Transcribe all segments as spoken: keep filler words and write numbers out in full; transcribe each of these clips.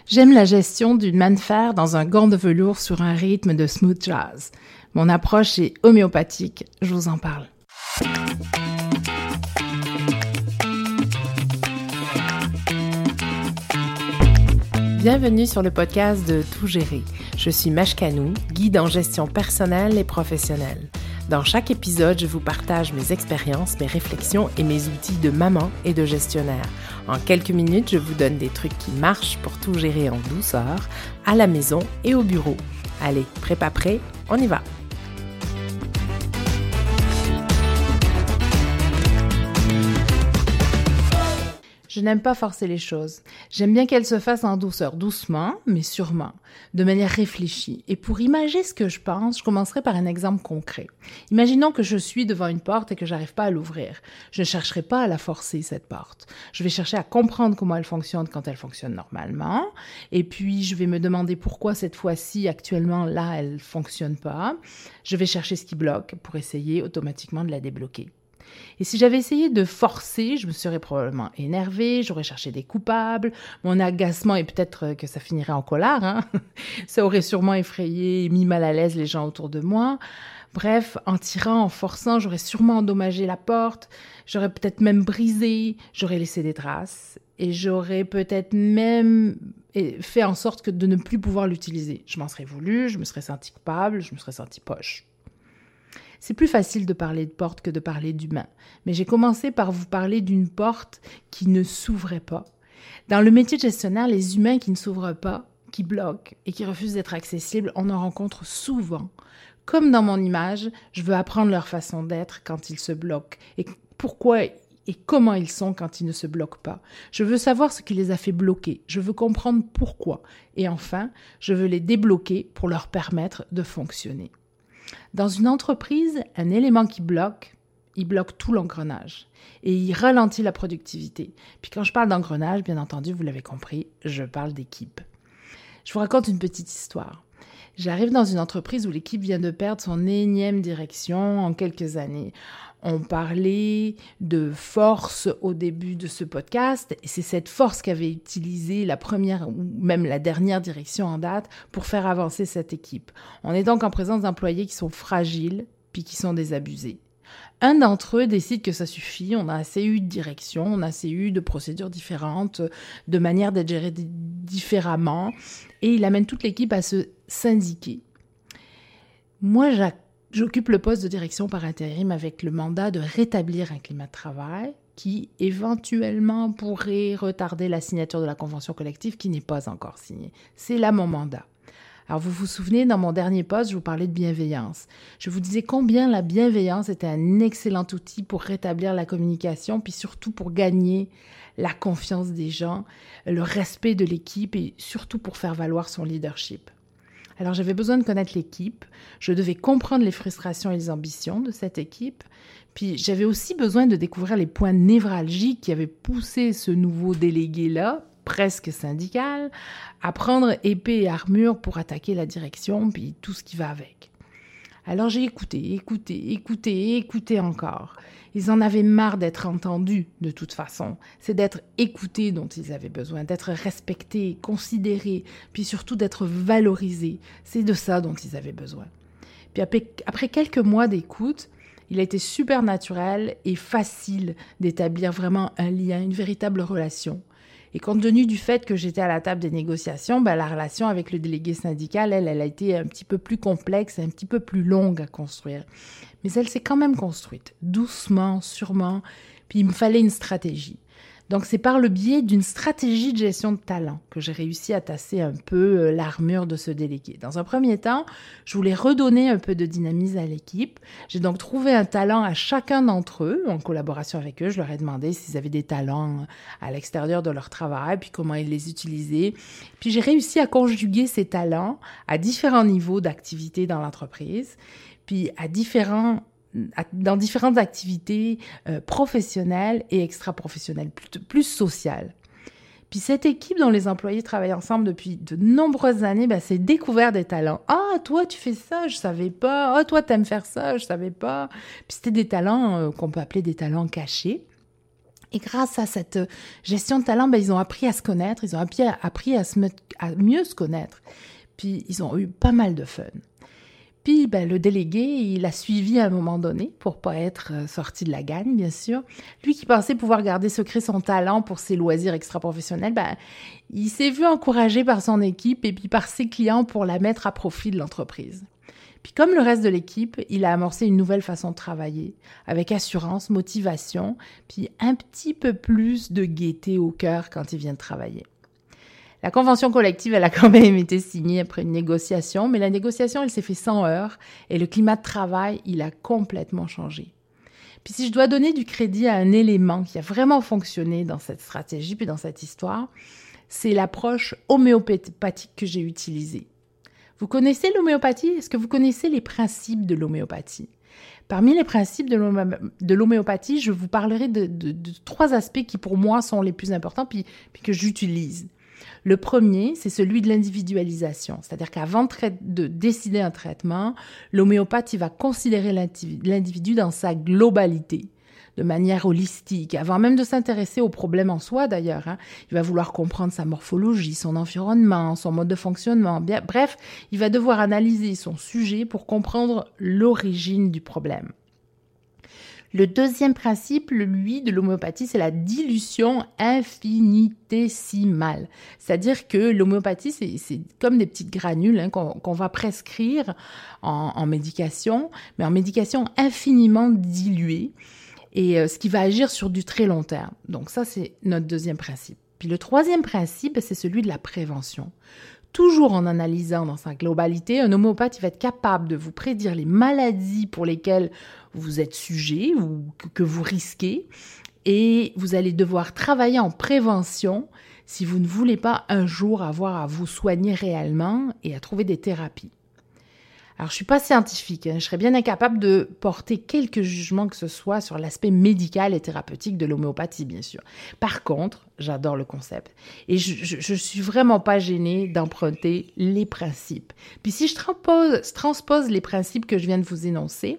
J'aime la gestion d'une main de fer dans un gant de velours sur un rythme de smooth jazz. Mon approche est homéopathique, je vous en parle. Bienvenue sur le podcast de Tout gérer. Je suis Maj Kanou, guide en gestion personnelle et professionnelle. Dans chaque épisode, je vous partage mes expériences, mes réflexions et mes outils de maman et de gestionnaire. En quelques minutes, je vous donne des trucs qui marchent pour tout gérer en douceur, à la maison et au bureau. Allez, prépa prêt, on y va! Je n'aime pas forcer les choses. J'aime bien qu'elles se fassent en douceur, doucement, mais sûrement, de manière réfléchie. Et pour imager ce que je pense, je commencerai par un exemple concret. Imaginons que je suis devant une porte et que j'arrive pas à l'ouvrir. Je ne chercherai pas à la forcer, cette porte. Je vais chercher à comprendre comment elle fonctionne quand elle fonctionne normalement. Et puis, je vais me demander pourquoi cette fois-ci, actuellement, là, elle fonctionne pas. Je vais chercher ce qui bloque pour essayer automatiquement de la débloquer. Et si j'avais essayé de forcer, je me serais probablement énervée, j'aurais cherché des coupables, mon agacement et peut-être que ça finirait en colère, hein? Ça aurait sûrement effrayé et mis mal à l'aise les gens autour de moi. Bref, en tirant, en forçant, j'aurais sûrement endommagé la porte, j'aurais peut-être même brisé, j'aurais laissé des traces et j'aurais peut-être même fait en sorte que de ne plus pouvoir l'utiliser. Je m'en serais voulu, je me serais sentie coupable, je me serais sentie poche. C'est plus facile de parler de porte que de parler d'humain, mais j'ai commencé par vous parler d'une porte qui ne s'ouvrait pas. Dans le métier de gestionnaire, les humains qui ne s'ouvrent pas, qui bloquent et qui refusent d'être accessibles, on en rencontre souvent. Comme dans mon image, je veux apprendre leur façon d'être quand ils se bloquent et pourquoi et comment ils sont quand ils ne se bloquent pas. Je veux savoir ce qui les a fait bloquer, je veux comprendre pourquoi et enfin, je veux les débloquer pour leur permettre de fonctionner. Dans une entreprise, un élément qui bloque, il bloque tout l'engrenage et il ralentit la productivité. Puis quand je parle d'engrenage, bien entendu, vous l'avez compris, je parle d'équipe. Je vous raconte une petite histoire. J'arrive dans une entreprise où l'équipe vient de perdre son énième direction en quelques années. On parlait de force au début de ce podcast et c'est cette force qu'avait utilisée la première ou même la dernière direction en date pour faire avancer cette équipe. On est donc en présence d'employés qui sont fragiles puis qui sont désabusés. Un d'entre eux décide que ça suffit, on a assez eu de direction, on a assez eu de procédures différentes, de manières d'être gérées différemment et il amène toute l'équipe à se syndiquer. Moi, j'accepte. J'occupe le poste de direction par intérim avec le mandat de rétablir un climat de travail qui, éventuellement, pourrait retarder la signature de la convention collective qui n'est pas encore signée. C'est là mon mandat. Alors, vous vous souvenez, dans mon dernier poste, je vous parlais de bienveillance. Je vous disais combien la bienveillance était un excellent outil pour rétablir la communication, puis surtout pour gagner la confiance des gens, le respect de l'équipe et surtout pour faire valoir son leadership. Alors, j'avais besoin de connaître l'équipe, je devais comprendre les frustrations et les ambitions de cette équipe, puis j'avais aussi besoin de découvrir les points névralgiques qui avaient poussé ce nouveau délégué-là, presque syndical, à prendre épée et armure pour attaquer la direction, puis tout ce qui va avec. Alors, j'ai écouté, écouté, écouté, écouté encore. Ils en avaient marre d'être entendus, de toute façon. C'est d'être écoutés dont ils avaient besoin, d'être respectés, considérés, puis surtout d'être valorisés. C'est de ça dont ils avaient besoin. Puis après, après quelques mois d'écoute, il a été super naturel et facile d'établir vraiment un lien, une véritable relation. Et compte tenu du fait que j'étais à la table des négociations, ben, la relation avec le délégué syndical, elle, elle a été un petit peu plus complexe, un petit peu plus longue à construire. Mais elle s'est quand même construite, doucement, sûrement, puis il me fallait une stratégie. Donc c'est par le biais d'une stratégie de gestion de talent que j'ai réussi à tasser un peu l'armure de ce délégué. Dans un premier temps, je voulais redonner un peu de dynamisme à l'équipe. J'ai donc trouvé un talent à chacun d'entre eux, en collaboration avec eux. Je leur ai demandé s'ils avaient des talents à l'extérieur de leur travail, puis comment ils les utilisaient. Puis j'ai réussi à conjuguer ces talents à différents niveaux d'activité dans l'entreprise, puis à différents dans différentes activités euh, professionnelles et extra-professionnelles, plus, plus sociales. Puis cette équipe dont les employés travaillent ensemble depuis de nombreuses années, ben, s'est découvert des talents. « Ah, toi, tu fais ça, je savais pas. Ah, toi, t'aimes faire ça, je savais pas. » Puis c'était des talents euh, qu'on peut appeler des talents cachés. Et grâce à cette gestion de talent, ben, ils ont appris à se connaître, ils ont appris à, appris à, se, à mieux se connaître. Puis, ils ont eu pas mal de fun. Puis, ben, le délégué, il a suivi à un moment donné, pour pas être sorti de la gagne, bien sûr. Lui qui pensait pouvoir garder secret son talent pour ses loisirs extra-professionnels, ben, il s'est vu encouragé par son équipe et puis par ses clients pour la mettre à profit de l'entreprise. Puis comme le reste de l'équipe, il a amorcé une nouvelle façon de travailler, avec assurance, motivation, puis un petit peu plus de gaieté au cœur quand il vient de travailler. La convention collective, elle a quand même été signée après une négociation, mais la négociation, elle s'est faite sans heurts et le climat de travail, il a complètement changé. Puis si je dois donner du crédit à un élément qui a vraiment fonctionné dans cette stratégie puis dans cette histoire, c'est l'approche homéopathique que j'ai utilisée. Vous connaissez l'homéopathie? Est-ce que vous connaissez les principes de l'homéopathie? Parmi les principes de, l'homé- de l'homéopathie, je vous parlerai de, de, de trois aspects qui pour moi sont les plus importants puis, puis que j'utilise. Le premier, c'est celui de l'individualisation, c'est-à-dire qu'avant de, trai- de décider un traitement, l'homéopathe il va considérer l'individu, l'individu dans sa globalité, de manière holistique, avant même de s'intéresser au problème en soi d'ailleurs. Hein. Il va vouloir comprendre sa morphologie, son environnement, son mode de fonctionnement. Bien, bref, il va devoir analyser son sujet pour comprendre l'origine du problème. Le deuxième principe, lui, de l'homéopathie, c'est la dilution infinitésimale. C'est-à-dire que l'homéopathie, c'est, c'est comme des petites granules hein, qu'on, qu'on va prescrire en, en médication, mais en médication infiniment diluée. Et euh, ce qui va agir sur du très long terme. Donc ça, c'est notre deuxième principe. Puis le troisième principe, c'est celui de la prévention. Toujours en analysant dans sa globalité, un homéopathe il va être capable de vous prédire les maladies pour lesquelles vous êtes sujet ou que vous risquez. Et vous allez devoir travailler en prévention si vous ne voulez pas un jour avoir à vous soigner réellement et à trouver des thérapies. Alors, je suis pas scientifique, hein, je serais bien incapable de porter quelque jugement que ce soit sur l'aspect médical et thérapeutique de l'homéopathie, bien sûr. Par contre, j'adore le concept et je, je, je suis vraiment pas gênée d'emprunter les principes. Puis si je transpose, transpose les principes que je viens de vous énoncer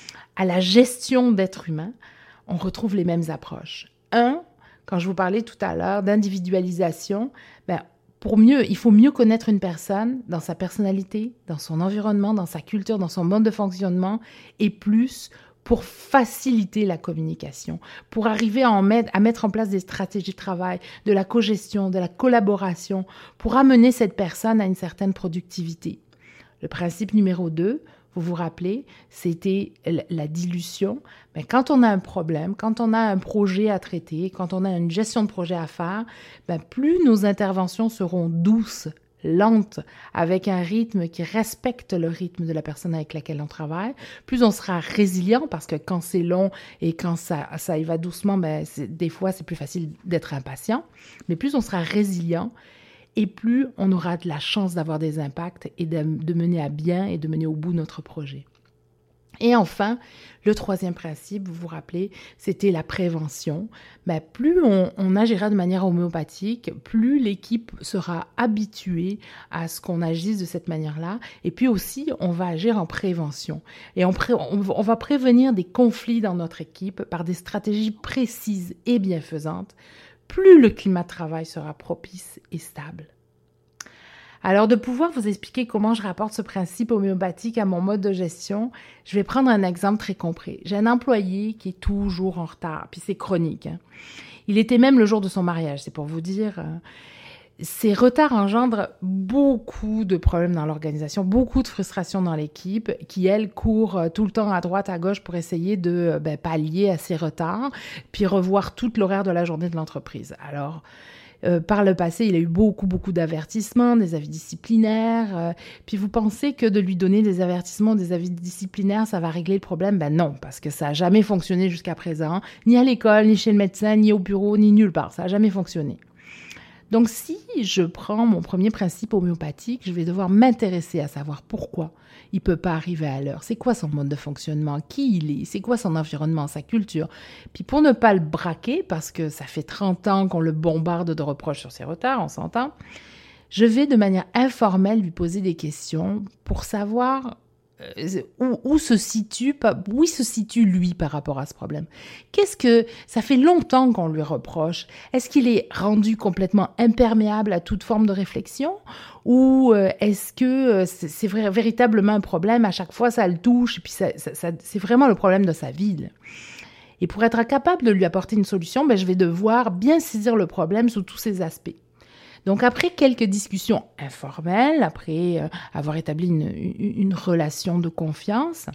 à la gestion d'êtres humains, on retrouve les mêmes approches. Un, quand je vous parlais tout à l'heure d'individualisation, ben, Pour mieux, il faut mieux connaître une personne dans sa personnalité, dans son environnement, dans sa culture, dans son mode de fonctionnement, et plus pour faciliter la communication, pour arriver à, en mettre, à mettre en place des stratégies de travail, de la cogestion, de la collaboration, pour amener cette personne à une certaine productivité. Le principe numéro deux, vous vous rappelez, c'était la dilution. Mais quand on a un problème, quand on a un projet à traiter, quand on a une gestion de projet à faire, ben plus nos interventions seront douces, lentes, avec un rythme qui respecte le rythme de la personne avec laquelle on travaille, plus on sera résilient parce que quand c'est long et quand ça, ça y va doucement, ben c'est, des fois c'est plus facile d'être impatient, mais plus on sera résilient, et plus on aura de la chance d'avoir des impacts et de, de mener à bien et de mener au bout notre projet. Et enfin, le troisième principe, vous vous rappelez, c'était la prévention. Ben, plus on, on agira de manière homéopathique, plus l'équipe sera habituée à ce qu'on agisse de cette manière-là. Et puis aussi, on va agir en prévention. Et on, pré- on, on va prévenir des conflits dans notre équipe par des stratégies précises et bienfaisantes. Plus le climat de travail sera propice et stable. Alors, de pouvoir vous expliquer comment je rapporte ce principe homéopathique à mon mode de gestion, je vais prendre un exemple très concret. J'ai un employé qui est toujours en retard, puis c'est chronique. Hein. Il était même le jour de son mariage, c'est pour vous dire. Hein. Ces retards engendrent beaucoup de problèmes dans l'organisation, beaucoup de frustration dans l'équipe qui, elle, court tout le temps à droite, à gauche pour essayer de ben, pallier à ces retards, puis revoir tout l'horaire de la journée de l'entreprise. Alors, euh, par le passé, il a eu beaucoup, beaucoup d'avertissements, des avis disciplinaires, euh, puis vous pensez que de lui donner des avertissements, des avis disciplinaires, ça va régler le problème? Ben non, parce que ça n'a jamais fonctionné jusqu'à présent, ni à l'école, ni chez le médecin, ni au bureau, ni nulle part, ça n'a jamais fonctionné. Donc, si je prends mon premier principe homéopathique, je vais devoir m'intéresser à savoir pourquoi il ne peut pas arriver à l'heure. C'est quoi son mode de fonctionnement? Qui il est? C'est quoi son environnement, sa culture? Puis pour ne pas le braquer, parce que ça fait trente ans qu'on le bombarde de reproches sur ses retards, on s'entend, je vais de manière informelle lui poser des questions pour savoir euh, où, où se situe, où il se situe lui par rapport à ce problème. Qu'est-ce que ça fait longtemps qu'on lui reproche? Est-ce qu'il est rendu complètement imperméable à toute forme de réflexion, ou euh, est-ce que euh, c'est, c'est vrai, véritablement un problème? À chaque fois, ça le touche, et puis ça, ça, ça, c'est vraiment le problème de sa vie, là. Et pour être capable de lui apporter une solution, ben, je vais devoir bien saisir le problème sous tous ses aspects. Donc, après quelques discussions informelles, après euh, avoir établi une, une relation de confiance,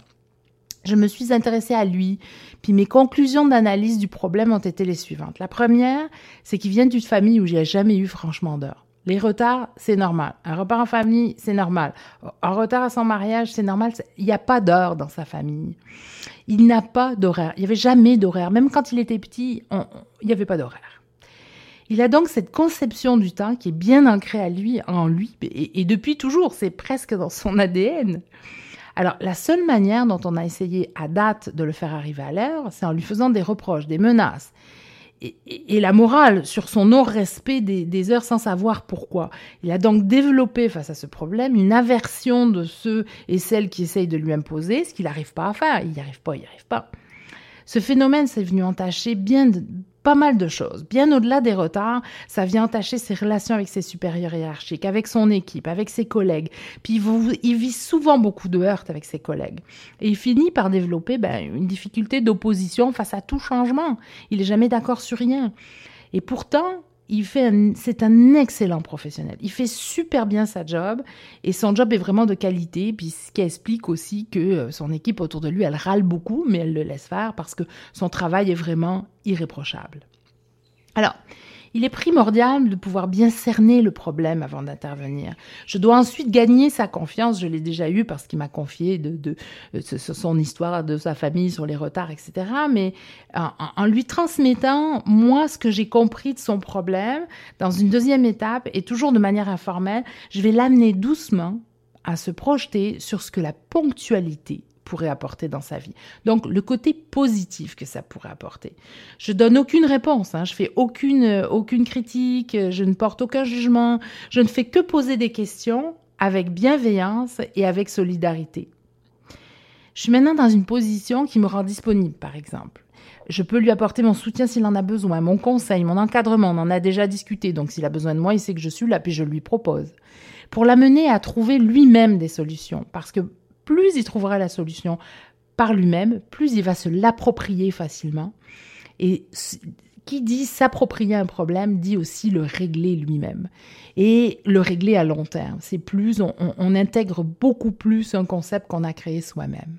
je me suis intéressée à lui. Puis mes conclusions d'analyse du problème ont été les suivantes. La première, c'est qu'il vient d'une famille où il n'y a jamais eu franchement d'heure. Les retards, c'est normal. Un repas en famille, c'est normal. Un retard à son mariage, c'est normal. Il n'y a pas d'heure dans sa famille. Il n'a pas d'horaire. Il n'y avait jamais d'horaire. Même quand il était petit, on, on, il n'y avait pas d'horaire. Il a donc cette conception du temps qui est bien ancrée à lui, en lui, et, et depuis toujours, c'est presque dans son A D N. Alors, la seule manière dont on a essayé à date de le faire arriver à l'heure, c'est en lui faisant des reproches, des menaces. Et, et, et la morale sur son non-respect des, des heures sans savoir pourquoi. Il a donc développé face à ce problème une aversion de ceux et celles qui essayent de lui imposer ce qu'il n'arrive pas à faire. Il n'y arrive pas, il n'y arrive pas. Ce phénomène s'est venu entacher bien de, pas mal de choses. Bien au-delà des retards, ça vient entacher ses relations avec ses supérieurs hiérarchiques, avec son équipe, avec ses collègues. Puis il, il vit souvent beaucoup de heurts avec ses collègues. Et il finit par développer ben, une difficulté d'opposition face à tout changement. Il n'est jamais d'accord sur rien. Et pourtant, il fait un, c'est un excellent professionnel. Il fait super bien sa job et son job est vraiment de qualité. Puis ce qui explique aussi que son équipe autour de lui, elle râle beaucoup, mais elle le laisse faire parce que son travail est vraiment irréprochable. Alors, il est primordial de pouvoir bien cerner le problème avant d'intervenir. Je dois ensuite gagner sa confiance, je l'ai déjà eu parce qu'il m'a confié de, de, de, de son histoire de sa famille sur les retards, et cetera. Mais en, en lui transmettant, moi, ce que j'ai compris de son problème, dans une deuxième étape, et toujours de manière informelle, je vais l'amener doucement à se projeter sur ce que la ponctualité pourrait apporter dans sa vie. Donc, le côté positif que ça pourrait apporter. Je donne aucune réponse, hein, je fais aucune, aucune critique, je ne porte aucun jugement, je ne fais que poser des questions avec bienveillance et avec solidarité. Je suis maintenant dans une position qui me rend disponible, par exemple. Je peux lui apporter mon soutien s'il en a besoin, mon conseil, mon encadrement, on en a déjà discuté, donc s'il a besoin de moi, il sait que je suis là, puis je lui propose. Pour l'amener à trouver lui-même des solutions, parce que plus il trouvera la solution par lui-même, plus il va se l'approprier facilement. Et qui dit s'approprier un problème, dit aussi le régler lui-même. Et le régler à long terme. C'est plus, on, on, on intègre beaucoup plus un concept qu'on a créé soi-même.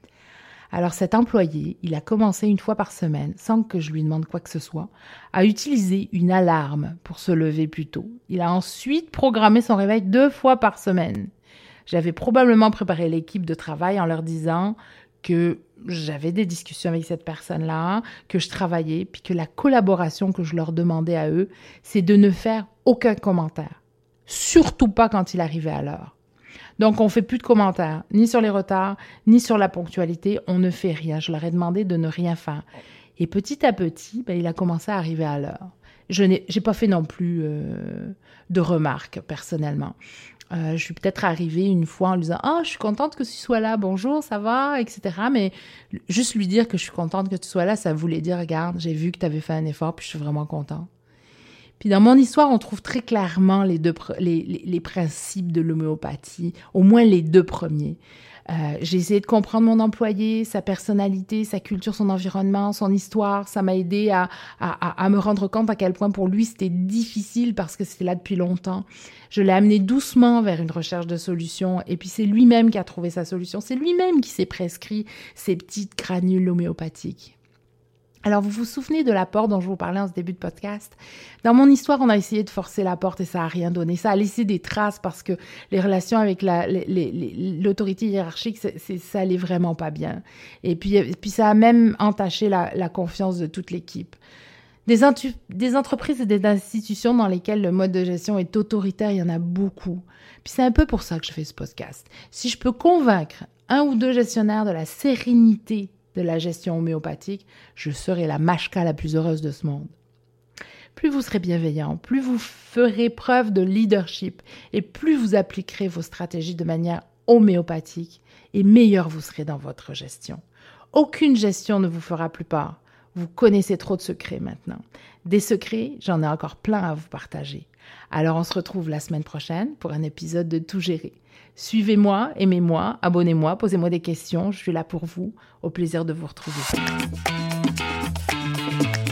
Alors cet employé, il a commencé une fois par semaine, sans que je lui demande quoi que ce soit, à utiliser une alarme pour se lever plus tôt. Il a ensuite programmé son réveil deux fois par semaine. J'avais probablement préparé l'équipe de travail en leur disant que j'avais des discussions avec cette personne-là, que je travaillais, puis que la collaboration que je leur demandais à eux, c'est de ne faire aucun commentaire. Surtout pas quand il arrivait à l'heure. Donc, on ne fait plus de commentaires, ni sur les retards, ni sur la ponctualité. On ne fait rien. Je leur ai demandé de ne rien faire. Et petit à petit, ben, il a commencé à arriver à l'heure. Je n'ai j'ai pas fait non plus euh, de remarques, personnellement. Euh, je suis peut-être arrivée une fois en lui disant « Ah, je suis contente que tu sois là, bonjour, ça va ?» et cetera. Mais juste lui dire que je suis contente que tu sois là, ça voulait dire « Regarde, j'ai vu que tu avais fait un effort, puis je suis vraiment contente. » Puis dans mon histoire, on trouve très clairement les, deux, les, les, les principes de l'homéopathie, au moins les deux premiers. Euh, j'ai essayé de comprendre mon employé, sa personnalité, sa culture, son environnement, son histoire. Ça m'a aidé à, à, à me rendre compte à quel point pour lui c'était difficile parce que c'était là depuis longtemps. Je l'ai amené doucement vers une recherche de solutions et puis c'est lui-même qui a trouvé sa solution. C'est lui-même qui s'est prescrit ces petites granules homéopathiques. Alors, vous vous souvenez de la porte dont je vous parlais en ce début de podcast? Dans mon histoire, on a essayé de forcer la porte et ça n'a rien donné. Ça a laissé des traces parce que les relations avec la, les, les, l'autorité hiérarchique, c'est, c'est, ça allait vraiment pas bien. Et puis, et puis ça a même entaché la, la confiance de toute l'équipe. Des, entu- des entreprises et des institutions dans lesquelles le mode de gestion est autoritaire, il y en a beaucoup. Puis c'est un peu pour ça que je fais ce podcast. Si je peux convaincre un ou deux gestionnaires de la sérénité de la gestion homéopathique, je serai la machka la plus heureuse de ce monde. Plus vous serez bienveillant, plus vous ferez preuve de leadership et plus vous appliquerez vos stratégies de manière homéopathique et meilleur vous serez dans votre gestion. Aucune gestion ne vous fera plus peur. Vous connaissez trop de secrets maintenant. Des secrets, j'en ai encore plein à vous partager. Alors on se retrouve la semaine prochaine pour un épisode de Tout gérer. Suivez-moi, aimez-moi, abonnez-moi, posez-moi des questions, je suis là pour vous. Au plaisir de vous retrouver.